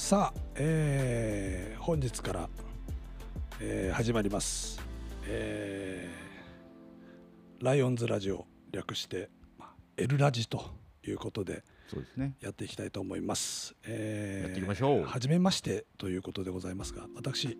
さあ、本日から、始まります、ライオンズラジオ、略して、エルラジということでそうですね、 やっていきたいと思います。 やっていきましょう。 はじめましてということでございますが、私、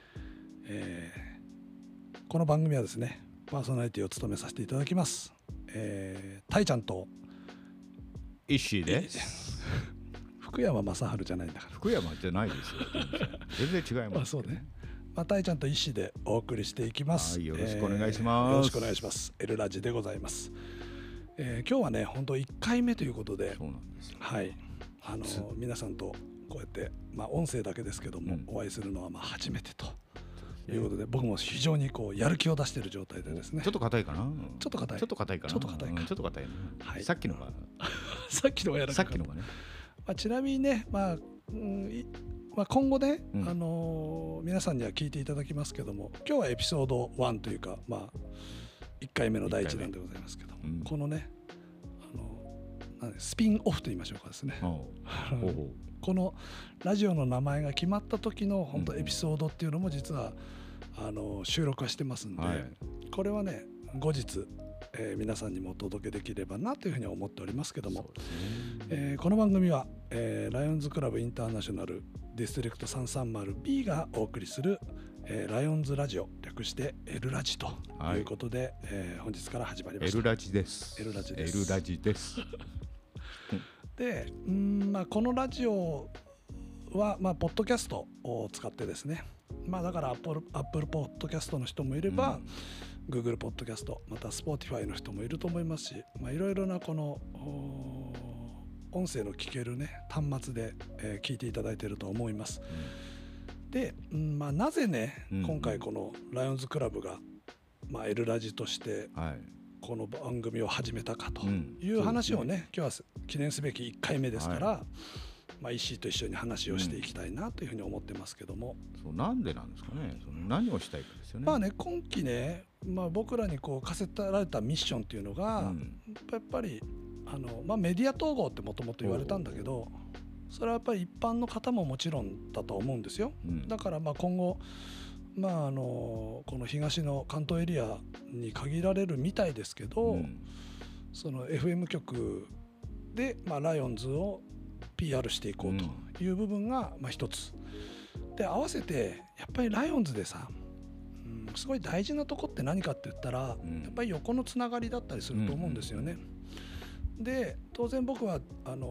この番組はですね、パーソナリティを務めさせていただきます、たいちゃんと石井です。 福山雅治じゃないんだから。 福山じゃないですよ。全然違います。 そうね。たいちゃんと石井でお送りしていきます。 よろしくお願いします。 よろしくお願いします。エルラジでございます。今日はね、本当1回目ということで、 そうなんですよ。 はい、皆さんとこうやって、音声だけですけども、お会いするのは初めてということで、僕も非常にこうやる気を出している状態でですね。 ちょっと硬いかな。 ちょっと硬い。 ちょっと硬いかな。 ちょっと硬いか。 ちょっと硬いね。 はい。 さっきのが。 さっきのがやらかさっきのがね。 ちなみにね、今後ね、皆さんには聞いていただきますけども、今日はエピソード1というか、1回目の第1弾でございますけども、このね、スピンオフと言いましょうかですね。このラジオの名前が決まった時の本当エピソードっていうのも実は収録はしてますんで、これはね後日皆さんにもお届けできればなというふうに思っておりますけども、この番組は、ライオンズクラブインターナショナルディストリクト 330B がお送りする、ライオンズラジオ、略してエルラジということで、本日から始まりました。 エルラジです。 エルラジです。 エルラジですで、このラジオは、ポッドキャストを使ってですね、だからアップルポッドキャストの人もいれば、Google ポッドキャスト、また Spotify の人もいると思いますし、いろいろなこの音声の聞けるね端末で、聞いていただいていると思います。で、なぜね、今回このライオンズクラブが、エルラジとしてこの番組を始めたかという話をね、今日は記念すべき1回目ですから、石井と一緒に話をしていきたいなというふうに思ってますけども、 なんでなんですかね。何をしたいかですよね。 今期ね、僕らにこう課せられたミッションっていうのが、やっぱりメディア統合ってもともと言われたんだけど、それはやっぱり一般の方ももちろんだと思うんですよ。だから今後、この東の関東エリアに限られるみたいですけど、その FM 局で、ライオンズを PR していこうという部分が一つで、合わせてやっぱりライオンズでさ、すごい大事なとこって何かって言ったら、やっぱり横のつながりだったりすると思うんですよね。で、当然僕は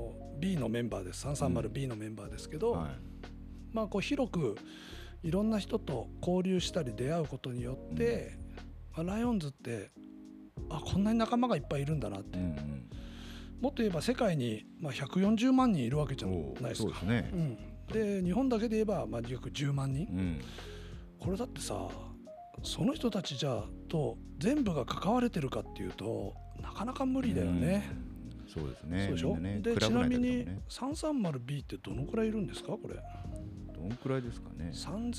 B のメンバーです。 330B のメンバーですけど、こう広くいろんな人と交流したり出会うことによって、ライオンズってこんなに仲間がいっぱいいるんだなって、もっと言えば世界に140万人いるわけじゃないですか。で、日本だけで言えば約10万人、これだってさ、その人たちと全部が関われてるかっていうとなかなか無理だよね。 そうですね。 そうでしょ。で、ちなみに 330B ってどのくらいいるんですか？これどのくらいですかね。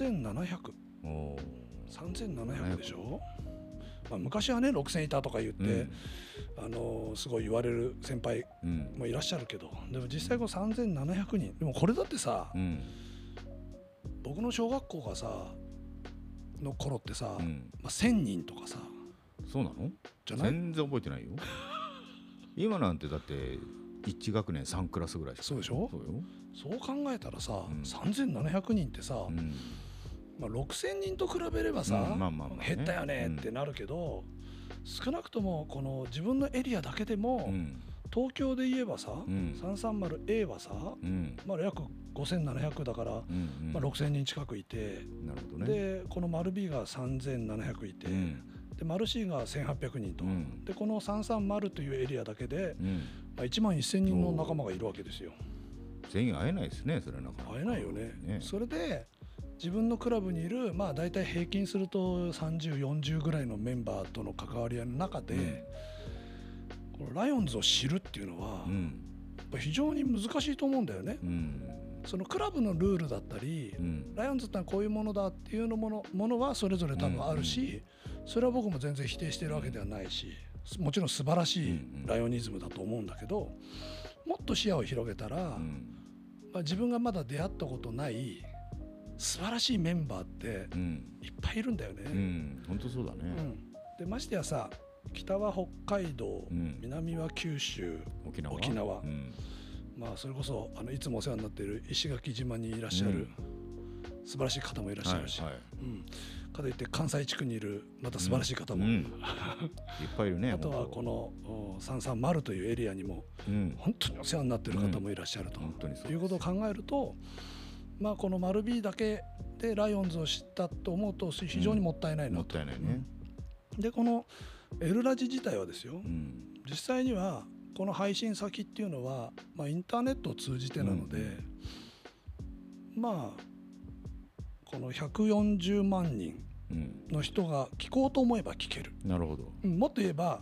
3700でしょ。昔はね6000いたとか言って、すごい言われる先輩もいらっしゃるけど、でも実際こう3700人でも、これだってさ、僕の小学校がさの頃ってさ、1000人とかさ。 そうなの？ じゃない？ 全然覚えてないよ。今なんてだって1学年3クラスぐらいしか。 そうでしょ。そう考えたらさ、3700人ってさ、6000人と比べればさ、減ったよねってなるけど、少なくともこの自分のエリアだけでも、東京で言えばさ、330A はさ、約5700だから、6000人近くいて、でこの丸 B が3700いて、で丸 C が1800人と、でこの330というエリアだけで、1万1000人の仲間がいるわけですよ。 全員会えないですね。それは会えないよね。それで自分のクラブにいる、だいたい平均すると30、40ぐらいのメンバーとの関わり合いの中で、このライオンズを知るっていうのは、非常に難しいと思うんだよね。そのクラブのルールだったり、ライオンズってのはこういうものだっていうものはそれぞれ多分あるし、それは僕も全然否定してるわけではないし、もちろん素晴らしいライオニズムだと思うんだけど、もっと視野を広げたら、 自分がまだ出会ったことない素晴らしいメンバーっていっぱいいるんだよね。 本当そうだね。 でましてやさ、北は北海道、南は九州、沖縄、それこそいつもお世話になっている石垣島にいらっしゃる素晴らしい方もいらっしゃるし、かといって関西地区にいるまた素晴らしい方も、いっぱいいるね。 あとはこの330というエリアにも本当にお世話になっている方もいらっしゃると、いうことを考えると、この丸 B だけでライオンズを知ったと思うと非常にもったいないなと。 もったいないね。 でこのエルラジ自体はですよ、実際にはこの配信先っていうのは、インターネットを通じてなので、この140万人の人が聞こうと思えば聞ける。 なるほど。 もっと言えば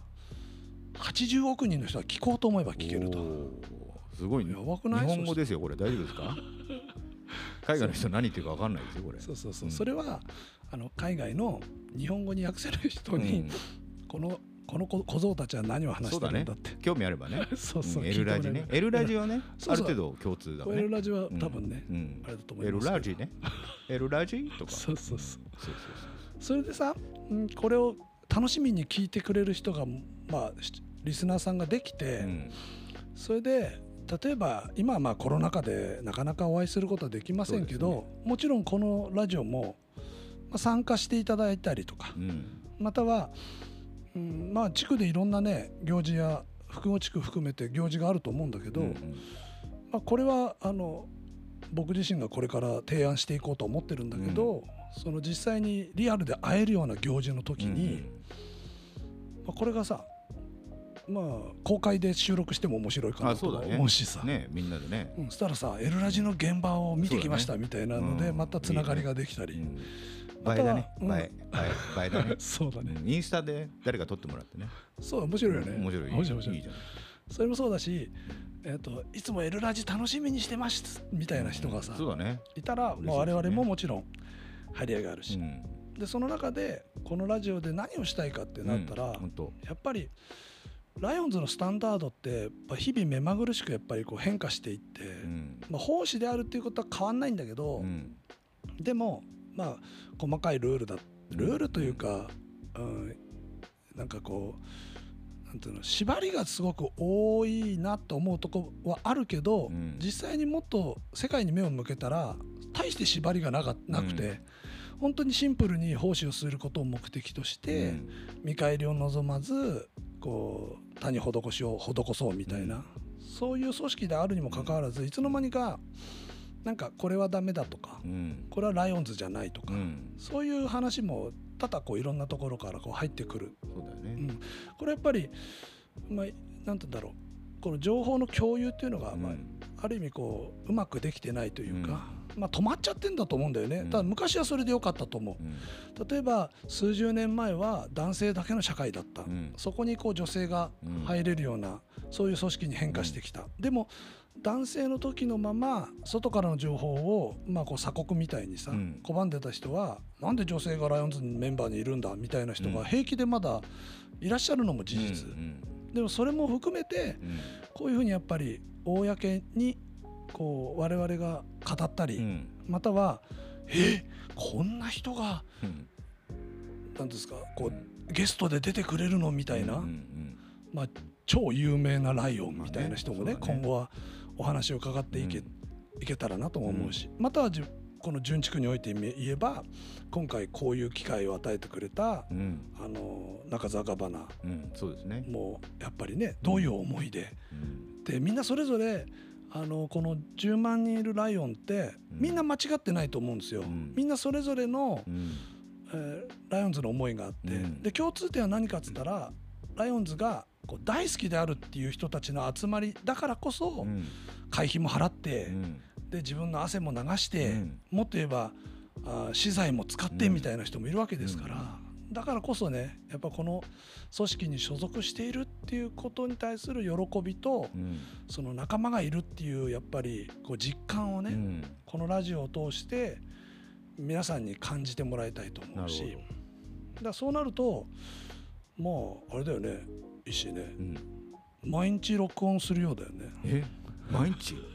80億人の人が聞こうと思えば聞けると。 すごいね。 やばくない？ 日本語ですよこれ。大丈夫ですか？海外の人何言ってるか分かんないですよこれ。 そう、それは海外の日本語に訳せる人に、この小僧たちは何を話してるんだって、 興味あればね。エルラジね。エルラジはね、ある程度共通だね。 エルラジは多分ね、あれだと思います。 エルラジね。エルラジとか。 そう。それでさ、これを楽しみに聞いてくれる人がリスナーさんができて、それで例えば今はコロナ禍でなかなかお会いすることはできませんけど、もちろんこのラジオも参加していただいたりとか、または地区でいろんなね行事や複合地区含めて行事があると思うんだけど、これは僕自身がこれから提案していこうと思ってるんだけど、その実際にリアルで会えるような行事の時に、これがさ、公開で収録しても面白いかなと思うしさ、 みんなでね、 そしたらさ、エルラジの現場を見てきましたみたいなのでまたつながりができたり、 映えだね、映えだね。 そうだね。 インスタで誰か撮ってもらってね。 そう、面白いよね。 面白い。いいじゃん。 それもそうだし、いつもエルラジ楽しみにしてますみたいな人がさ、いたら我々ももちろん張り合いがあるし、でその中でこのラジオで何をしたいかってなったら、やっぱりライオンズのスタンダードって日々目まぐるしくやっぱり変化していって、奉仕であるっていうことは変わんないんだけど、でも細かいルールというか、なんかなんていうの、縛りがすごく多いなと思うとこはあるけど、実際にもっと世界に目を向けたら大して縛りがなくて、本当にシンプルに奉仕をすることを目的として、見返りを望まず他に施しを施そうみたいな、そういう組織であるにもかかわらず、いつの間にかなんかこれはダメだとか、これはライオンズじゃないとか、そういう話も多々いろんなところから入ってくる。 そうだよね。 これやっぱりなんて言うんだろう、この情報の共有っていうのがある意味うまくできてないというか、止まっちゃってんだと思うんだよね。ただ昔はそれで良かったと思う。例えば数十年前は男性だけの社会だった、そこに女性が入れるような、そういう組織に変化してきた。でも男性の時のまま外からの情報を鎖国みたいにさ、拒んでた人は、なんで女性がライオンズメンバーにいるんだみたいな人が平気でまだいらっしゃるのも事実、でもそれも含めて、こういうふうにやっぱり公に我々が語ったり、またはこんな人が何ですかゲストで出てくれるのみたいな、超有名なライオンみたいな人もね、今後はお話を伺っていけたらなとも思うし、またはこの純地区において言えば、今回こういう機会を与えてくれた、中澤ガバナもやっぱりね、どういう思いで、でみんなそれぞれこの10万人いるライオンってみんな間違ってないと思うんですよ。みんなそれぞれの、ライオンズの思いがあって、で共通点は何かっつったら、ライオンズが大好きであるっていう人たちの集まりだからこそ、会費も払って、で自分の汗も流して、もっと言えば資材も使ってみたいな人もいるわけですから、だからこそね、やっぱこの組織に所属しているっていうことに対する喜びと、その仲間がいるっていうやっぱり実感をね、このラジオを通して皆さんに感じてもらいたいと思うし、だからそうなるとあれだよね、石井ね、毎日録音するようだよね。 毎日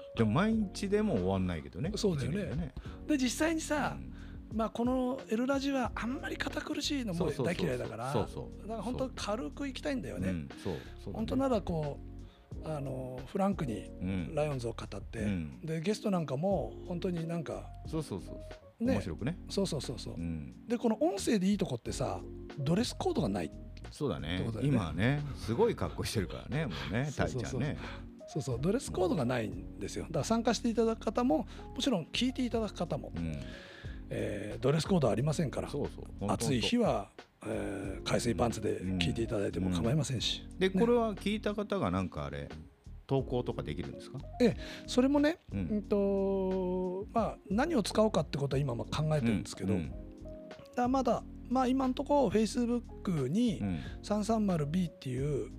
でも毎日でも終わんないけどね。 そうだよね。 一年ね。 で実際にさ、まあこの L ラジはあんまり堅苦しいのも大嫌いだから、だから本当軽くいきたいんだよね。本当ならこうフランクにライオンズを語って、でゲストなんかも本当になんか面白くね。 そう、でこの音声でいいとこってさ、ドレスコードがない。 そうだね。今はねすごい格好してるからね、もうね、タイちゃんね。 そうドレスコードがないんですよ。だから参加していただく方ももちろん聞いていただく方も、ドレスコードはありませんから、暑い日は海水パンツで聞いていただいても構いませんし、 でこれは聞いた方がなんかあれ投稿とかできるんですか？ それもね、まあ何を使おうかってことは今考えてるんですけど、だまだまあ今のところ Facebook に 330B っていう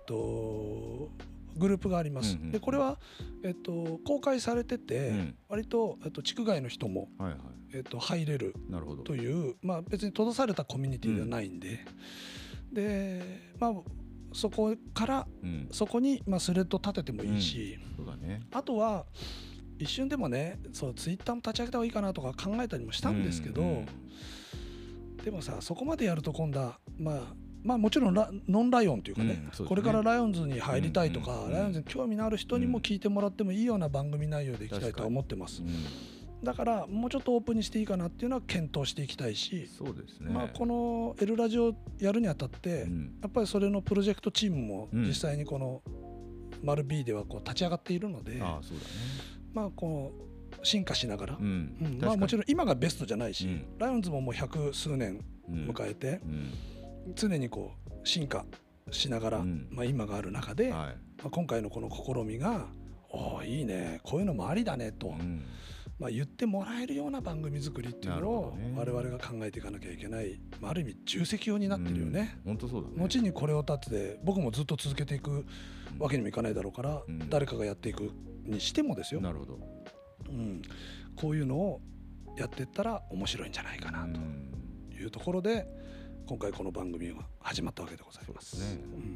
グループがあります。でこれは公開されてて、割と地区外の人も入れるという、まあ別に閉ざされたコミュニティではないんで、でまあそこからそこにスレッド立ててもいいし、あとは一瞬でもね、そうツイッターも立ち上げた方がいいかなとか考えたりもしたんですけど、でもさそこまでやると今度はまあもちろんノンライオンというかね、これからライオンズに入りたいとか、ライオンズに興味のある人にも聞いてもらってもいいような番組内容でいきたいと思ってます。だからもうちょっとオープンにしていいかなっていうのは検討していきたいし、まあこの L ラジオやるにあたって、やっぱりそれのプロジェクトチームも実際にこの丸 B ではこう立ち上がっているので、まあこう進化しながら、まあもちろん今がベストじゃないし、ライオンズももう100数年迎えて、常にこう進化しながら、まあ今がある中で、まあ今回のこの試みがいいね、こういうのもありだねと、まあ言ってもらえるような番組作りっていうのを我々が考えていかなきゃいけない、ある意味重責用になってるよね。 本当そうだね。 後にこれを立てて僕もずっと続けていくわけにもいかないだろうから、誰かがやっていくにしてもですよ。 なるほど。 こういうのをやっていったら面白いんじゃないかなというところで、今回この番組は始まったわけでございます。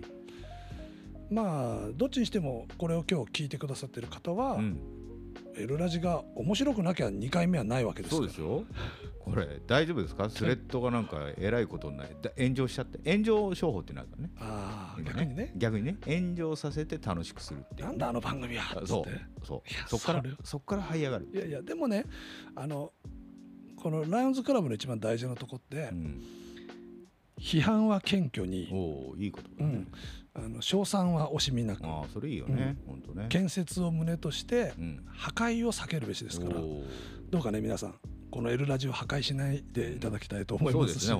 まあどっちにしてもこれを今日聞いてくださっている方は、L ラジが面白くなきゃ2回目はないわけですから。そうですよ。 これ大丈夫ですか？スレッドがなんかえらいことになり炎上しちゃって、炎上商法ってなるからね。逆にね炎上させて楽しくするっていう。 なんだあの番組はっつって。 そっから這い上がる。 いやでもね、このライオンズクラブの一番大事なとこって、批判は謙虚に、 いいことだね。 称賛は惜しみなく、 それいいよね、本当ね。 建設を胸として破壊を避けるべしですから、どうかね皆さんこの L ラジオ破壊しないでいただきたいと思いますし、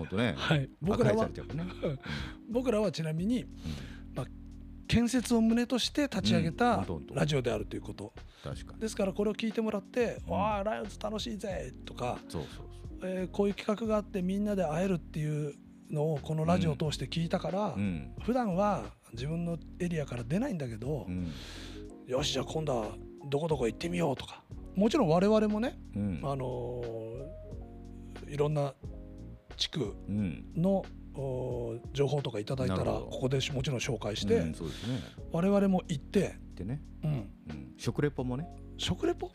僕らはちなみに、建設を胸として立ち上げたラジオであるということ、ですからこれを聞いてもらって「わあライオンズ楽しいぜ」とか、こういう企画があってみんなで会えるっていうのをこのラジオを通して聞いたから、普段は自分のエリアから出ないんだけど、よしじゃあ今度はどこどこ行ってみようとか、もちろん我々もね、いろんな地区の情報とかいただいたらここでもちろん紹介して、我々も行って食レポもね。食レポ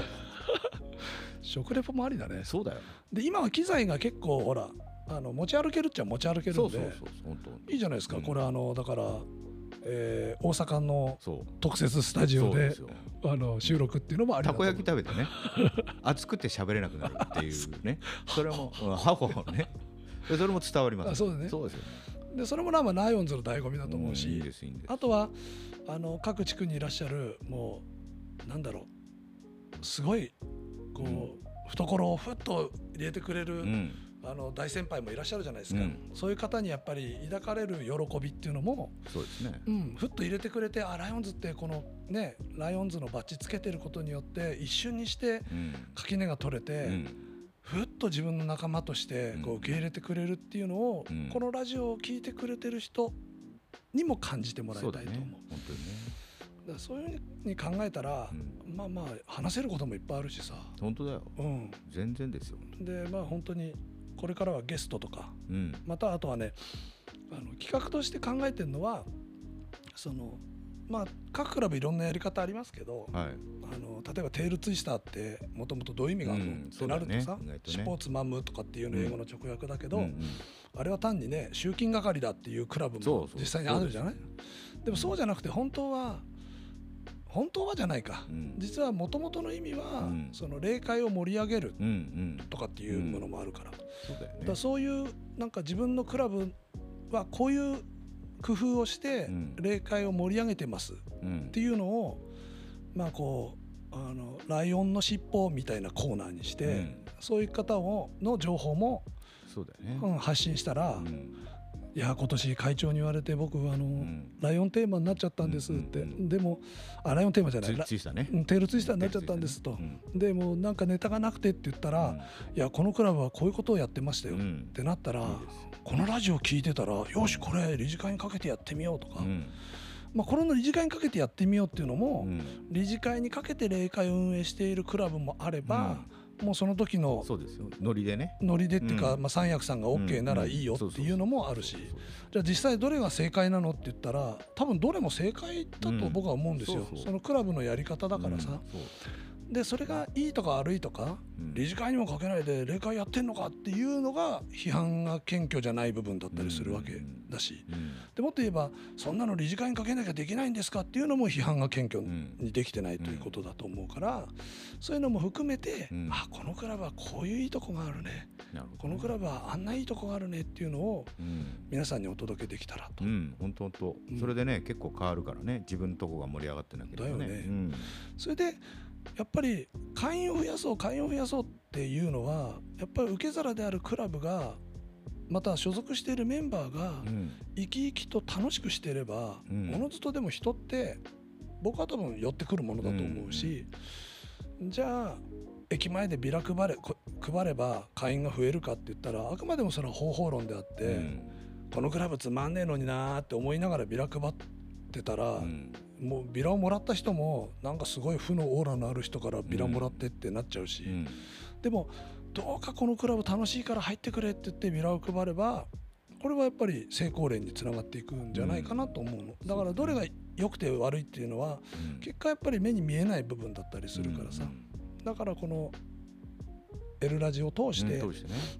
もありだね。 そうだよ。 で今は機材が結構ほら持ち歩けるっちゃ持ち歩けるんでいいじゃないですか。これだから大阪の特設スタジオで収録っていうのもありだと。 たこ焼き食べてね暑くて喋れなくなるっていうねそれもハホねそれも伝わります。 そうですよね。でそれもライオンズの醍醐味だと思うし、あとは各地区にいらっしゃるもうなんだろう、すごいこう懐をふっと入れてくれる大先輩もいらっしゃるじゃないですか。そういう方にやっぱり抱かれる喜びっていうのもそうですね。 ふっと入れてくれて、ライオンズってこのねライオンズのバッジつけてることによって一瞬にして垣根が取れて、ふっと自分の仲間としてこう受け入れてくれるっていうのを、このラジオを聞いてくれてる人にも感じてもらいたいと思う。そういうふうに考えたら、まあ話せることもいっぱいあるしさ。 本当だよ。全然ですよ。 で本当にこれからはゲストとか、またあとはね企画として考えてるのは各クラブいろんなやり方ありますけど、 例えばテールツイスターってもともとどういう意味があるの、ってなるとさ、スポーツマンムとかっていうの英語の直訳だけど、あれは単にね集金係だっていうクラブも実際にあるじゃない。でもそうじゃなくて本当はじゃないか、実はもともとの意味は、その霊界を盛り上げるとかっていうものもあるから、だからそういうなんか自分のクラブはこういう工夫をして霊界を盛り上げてますっていうのを、まあこうライオンの尻尾みたいなコーナーにして、そういう方の情報も発信したら、いや今年会長に言われて僕ライオンテーマになっちゃったんですって、でもライオンテーマじゃないテールツイスターになっちゃったんですと、でもなんかネタがなくてって言ったら、いやこのクラブはこういうことをやってましたよってなったら、このラジオ聞いてたらよしこれ理事会にかけてやってみようとか、まあこれの理事会にかけてやってみようっていうのも、理事会にかけて霊会を運営しているクラブもあれば、もうその時のノリでね、 ノリでっていうか、三役さんが OK ならいいよっていうのもあるし、じゃあ実際どれが正解なのって言ったら多分どれも正解だと僕は思うんですよ。そのクラブのやり方だからさ、でそれがいいとか悪いとか、理事会にもかけないで霊会やってんのかっていうのが批判が謙虚じゃない部分だったりするわけだし、でもっと言えばそんなの理事会にかけなきゃできないんですかっていうのも批判が謙虚にできてないということだと思うから、そういうのも含めて、あこのクラブはこういういいとこがあるね、このクラブはあんないいとこがあるねっていうのを皆さんにお届けできたらと。 本当それでね結構変わるからね、自分のとこが盛り上がってなきゃね。だよね。 それでやっぱり会員を増やそうっていうのは、やっぱり受け皿であるクラブがまた所属しているメンバーが生き生きと楽しくしていれば、おのずとでも人って僕は多分寄ってくるものだと思うし、じゃあ駅前でビラ配れば会員が増えるかって言ったら、あくまでもそれは方法論であって、このクラブつまんねえのになーって思いながらビラ配ってたら、もうビラをもらった人もなんかすごい負のオーラのある人からビラもらってってなっちゃうし、でもどうかこのクラブ楽しいから入ってくれって言ってビラを配れば、これはやっぱり成功例につながっていくんじゃないかなと思うの。だからどれが良くて悪いっていうのは、結果やっぱり目に見えない部分だったりするからさ、だからこのエルラジを通して、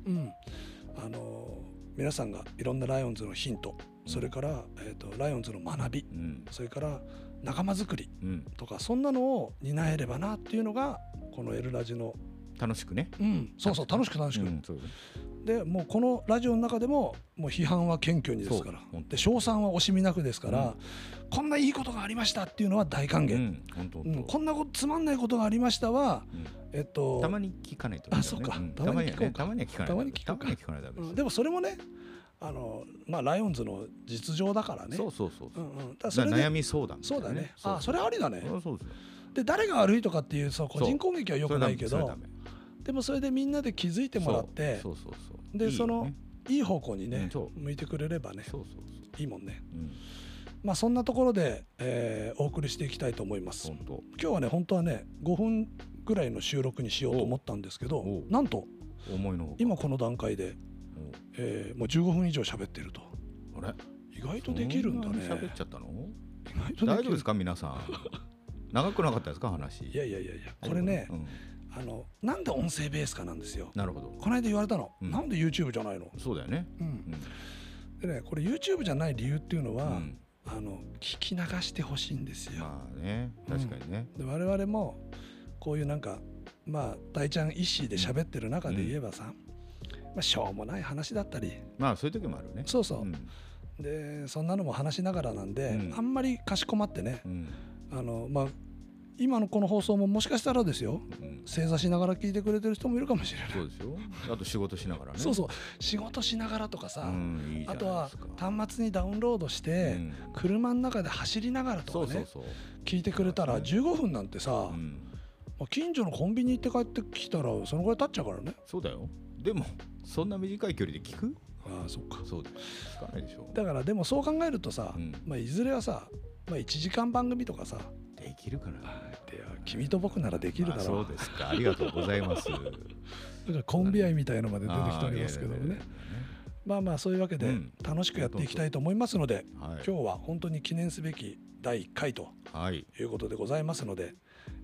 皆さんがいろんなライオンズのヒント、それからライオンズの学び、それから仲間づくりとか、そんなのを担えればなっていうのがこのエルラジの楽しくね、 そう楽しく、でもうこのラジオの中でももう批判は謙虚にですから、で称賛は惜しみなくですから、こんないいことがありましたっていうのは大歓迎、こんなことつまんないことがありましたはたまに聞かないと、 そうか、たまに聞かない。でもそれもね、ライオンズの実情だからね。 悩み相談。 そうだね。それありだね。で誰が悪いとかっていう個人攻撃は良くないけど、でもそれでみんなで気づいてもらって、でそのいい方向にね向いてくれればねいいもんね。そんなところでお送りしていきたいと思います。今日はね本当はね5分ぐらいの収録にしようと思ったんですけど、なんと今この段階でもう15分以上喋ってると。意外とできるんだね。 喋っちゃったの？大丈夫ですか皆さん？長くなかったですか話？いやこれね、なんで音声ベースかなんですよ。 なるほど。 この間言われたの、なんで YouTube じゃないの？ そうだよね。 でね、これ YouTube じゃない理由っていうのは、聞き流してほしいんですよ。 確かにね。 で我々もこういうなんか大ちゃん一子で喋ってる中で言えばさ、しょうもない話だったり、 そういう時もあるね。 でそんなのも話しながらなんで、あんまりかしこまってね、今のこの放送ももしかしたらですよ、正座しながら聞いてくれてる人もいるかもしれない。 そうですよ。あと仕事しながらね。 仕事しながらとかさ、あとは端末にダウンロードして車の中で走りながらとかね、聞いてくれたら15分なんてさ、近所のコンビニ行って帰ってきたらそのぐらい経っちゃうからね。 そうだよ。でもそんな短い距離で聞く？ そっか。 そうです。聞かないでしょ。 だからでもそう考えるとさ、いずれはさ、1時間番組とかさできるかな。 君と僕ならできるだろう。 そうですか。ありがとうございます。だからコンビ愛みたいのまで出てきておりますけどもね。そういうわけで楽しくやっていきたいと思いますので、今日は本当に記念すべき第1回ということでございますので、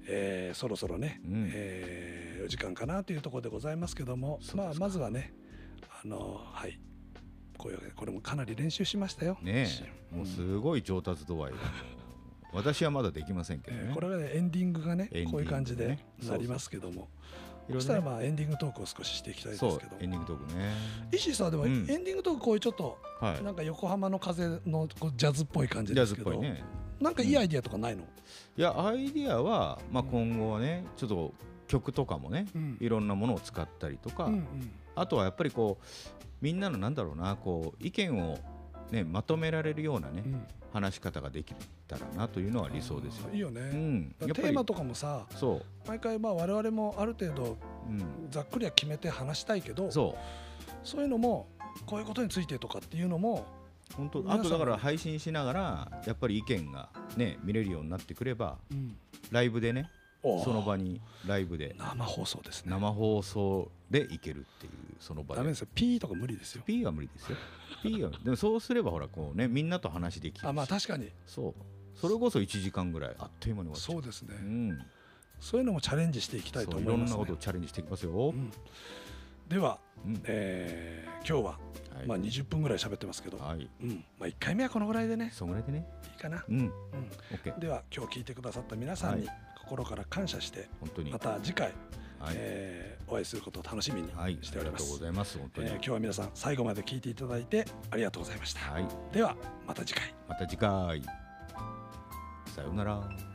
そろそろね、お時間かなというところでございますけども、まずはねはい、これもかなり練習しましたよ。 ねえ、もうすごい上達度合い私はまだできませんけどね。 これがねエンディングがねこういう感じでなりますけども、そしたらまあエンディングトークを少ししていきたいですけど。 そうエンディングトークね。 石井さんでもエンディングトークこういうちょっとなんか横浜の風のジャズっぽい感じですけど、なんかいいアイディアとかないの？ いやアイディアはまあ今後はねちょっと曲とかもねいろんなものを使ったりとか、あとはやっぱりこうみんなのなんだろうなこう意見をねまとめられるようなね話し方ができたらなというのは理想ですよ。 いいよね。テーマとかもさ、毎回まあ我々もある程度ざっくりは決めて話したいけど、そういうのもこういうことについてとかっていうのも本当、あとだから配信しながらやっぱり意見がね見れるようになってくれば、ライブでねその場にライブで生放送ですね。 生放送でいけるっていうその場で。 ダメですよ。P とか無理ですよ。 P は無理ですよ。P はでもそうすればほらこうねみんなと話できるし。 まあ確かに。 それこそ1時間ぐらいあっという間に終わっちゃう。 そうですね。そういうのもチャレンジしていきたいと思いますね。 いろんなことをチャレンジしていきますよ。 では、今日はまあ20分ぐらい喋ってますけど、まあ1回目はこのぐらいでね。 そのぐらいでね。 いいかな。 OK。 では今日聞いてくださった皆さんに心から感謝して、また次回お会いすることを楽しみにしております。 ありがとうございます。本当に。 今日は皆さん最後まで聞いていただいてありがとうございました。ではまた次回。 また次回。さようなら。